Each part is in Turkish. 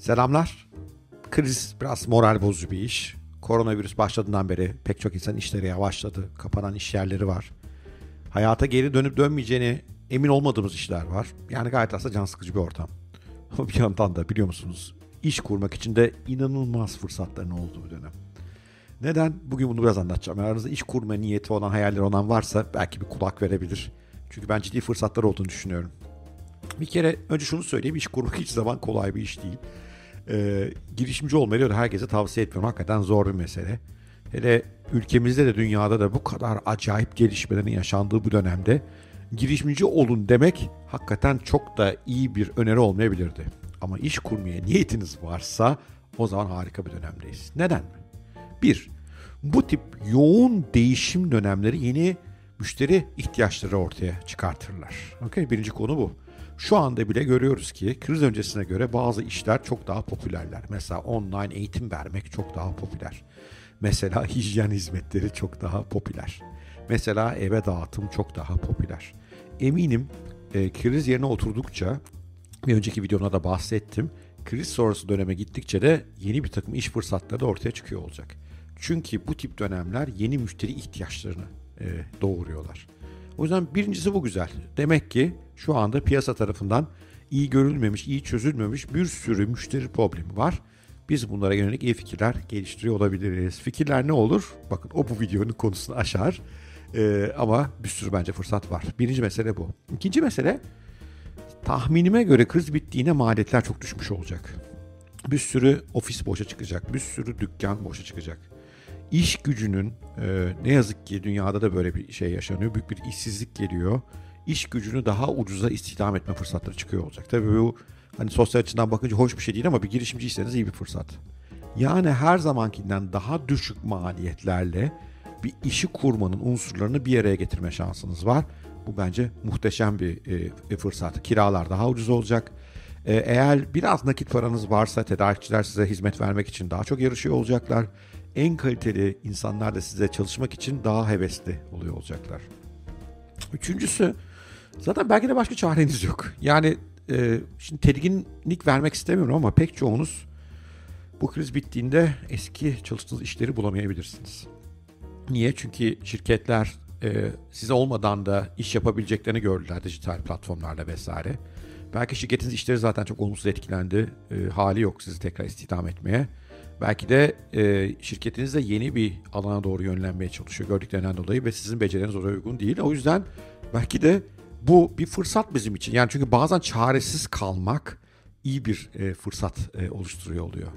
Selamlar. Kriz biraz moral bozucu bir iş. Koronavirüs başladığından beri pek çok insan işleri yavaşladı. Kapanan iş yerleri var. Hayata geri dönüp dönmeyeceğine emin olmadığımız işler var. Yani gayet aslında can sıkıcı bir ortam. Ama bir yandan da biliyor musunuz, iş kurmak için de inanılmaz fırsatların olduğu bir dönem. Neden? Bugün bunu biraz anlatacağım. Aranızda iş kurma niyeti olan, hayalleri olan varsa belki bir kulak verebilir. Çünkü ben ciddi fırsatlar olduğunu düşünüyorum. Bir kere önce şunu söyleyeyim, iş kurmak hiç zaman kolay bir iş değil. Girişimci olmayı da herkese tavsiye etmiyorum. Hakikaten zor bir mesele. Hele ülkemizde de dünyada da bu kadar acayip gelişmelerin yaşandığı bu dönemde girişimci olun demek hakikaten çok da iyi bir öneri olmayabilirdi. Ama iş kurmaya niyetiniz varsa o zaman harika bir dönemdeyiz. Neden mi? Bir, bu tip yoğun değişim dönemleri yeni müşteri ihtiyaçları ortaya çıkartırlar. Okay? Birinci konu bu. Şu anda bile görüyoruz ki kriz öncesine göre bazı işler çok daha popülerler. Mesela online eğitim vermek çok daha popüler. Mesela hijyen hizmetleri çok daha popüler. Mesela eve dağıtım çok daha popüler. Eminim kriz yerine oturdukça, bir önceki videomda da bahsettim, kriz sonrası döneme gittikçe de yeni bir takım iş fırsatları da ortaya çıkıyor olacak. Çünkü bu tip dönemler yeni müşteri ihtiyaçlarını doğuruyorlar. O yüzden birincisi bu güzel. Demek ki şu anda piyasa tarafından iyi görülmemiş, iyi çözülmemiş bir sürü müşteri problemi var. Biz bunlara yönelik iyi fikirler geliştiriyor olabiliriz. Fikirler ne olur? Bakın o bu videonun konusunu aşar. Ama bir sürü bence fırsat var. Birinci mesele bu. İkinci mesele, tahminime göre kriz bittiğine maliyetler çok düşmüş olacak. Bir sürü ofis boşa çıkacak. Bir sürü dükkan boşa çıkacak. İş gücünün ne yazık ki dünyada da böyle bir şey yaşanıyor. Büyük bir işsizlik geliyor. İş gücünü daha ucuza istihdam etme fırsatları çıkıyor olacak. Tabii bu hani sosyal açıdan bakınca hoş bir şey değil ama bir girişimciyseniz iyi bir fırsat. Yani her zamankinden daha düşük maliyetlerle bir işi kurmanın unsurlarını bir araya getirme şansınız var. Bu bence muhteşem bir fırsat. Kiralar daha ucuz olacak. Eğer biraz nakit paranız varsa tedarikçiler size hizmet vermek için daha çok yarışıyor olacaklar. En kaliteli insanlar da size çalışmak için daha hevesli oluyor olacaklar. Üçüncüsü, zaten belki de başka çareniz yok. Yani şimdi tedirginlik vermek istemiyorum ama pek çoğunuz bu kriz bittiğinde eski çalıştığınız işleri bulamayabilirsiniz. Niye? Çünkü şirketler size olmadan da iş yapabileceklerini gördüler dijital platformlarla vesaire. Belki şirketiniz işleri zaten çok olumsuz etkilendi. Hali yok sizi tekrar istihdam etmeye. Belki de şirketiniz de yeni bir alana doğru yönlenmeye çalışıyor gördüklerinden dolayı ve sizin becerileriniz oraya uygun değil. O yüzden belki de bu bir fırsat bizim için. Yani çünkü bazen çaresiz kalmak iyi bir fırsat oluşturuyor oluyor.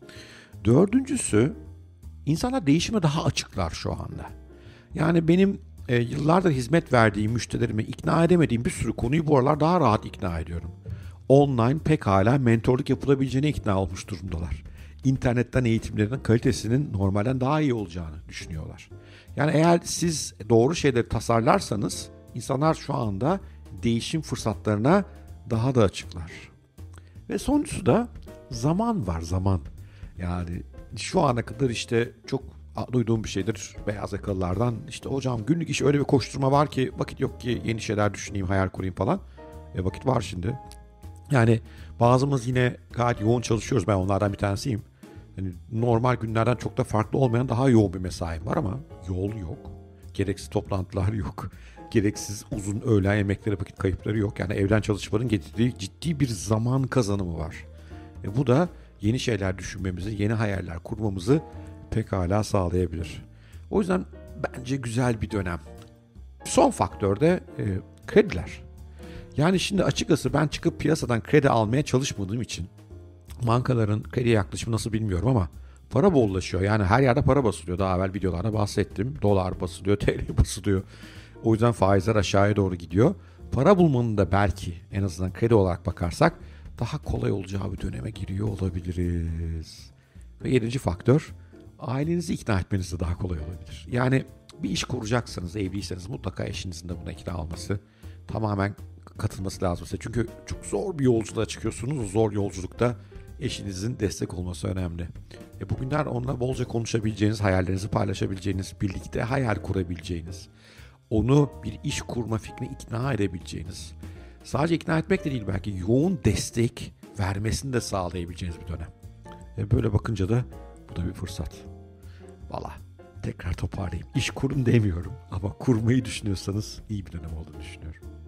Dördüncüsü, insanlar değişime daha açıklar şu anda. Yani benim yıllardır hizmet verdiğim müşterilerimi ikna edemediğim bir sürü konuyu bu aralar daha rahat ikna ediyorum. Online pekala mentorluk yapılabileceğine ikna olmuş durumdalar. İnternetten eğitimlerinin kalitesinin normalden daha iyi olacağını düşünüyorlar. Yani eğer siz doğru şeyleri tasarlarsanız insanlar şu anda değişim fırsatlarına daha da açıklar. Ve sonuncusu da zaman var, zaman. Yani şu ana kadar işte çok duyduğum bir şeydir beyaz yakalılardan. İşte hocam günlük iş öyle bir koşturma var ki vakit yok ki yeni şeyler düşüneyim, hayal kurayım falan. Vakit var şimdi. Yani bazımız yine gayet yoğun çalışıyoruz. Ben onlardan bir tanesiyim. Yani normal günlerden çok da farklı olmayan daha yoğun bir mesaim var ama yol yok. Gereksiz toplantılar yok. Gereksiz uzun öğlen yemekleri, vakit kayıpları yok. Yani evden çalışmanın getirdiği ciddi bir zaman kazanımı var. Bu da yeni şeyler düşünmemizi, yeni hayaller kurmamızı pekala sağlayabilir. O yüzden bence güzel bir dönem. Son faktör de krediler. Yani şimdi açıkçası ben çıkıp piyasadan kredi almaya çalışmadığım için bankaların kredi yaklaşımı nasıl bilmiyorum ama para bollaşıyor. Yani her yerde para basılıyor. Daha evvel videolarda bahsettim. Dolar basılıyor, TL basılıyor. O yüzden faizler aşağıya doğru gidiyor. Para bulmanın da belki en azından kredi olarak bakarsak daha kolay olacağı bir döneme giriyor olabiliriz. Ve 7. faktör, ailenizi ikna etmeniz de daha kolay olabilir. Yani bir iş kuracaksanız, evliyseniz mutlaka eşinizin de buna ikna olması, tamamen katılması lazım size. Çünkü çok zor bir yolculuğa çıkıyorsunuz. O zor yolculukta eşinizin destek olması önemli. Bugünler onunla bolca konuşabileceğiniz, hayallerinizi paylaşabileceğiniz, birlikte hayal kurabileceğiniz, onu bir iş kurma fikrine ikna edebileceğiniz, sadece ikna etmek de değil belki yoğun destek vermesini de sağlayabileceğiniz bir dönem. Böyle bakınca da bu da bir fırsat. Valla tekrar toparlayayım. İş kurun demiyorum ama kurmayı düşünüyorsanız iyi bir dönem olduğunu düşünüyorum.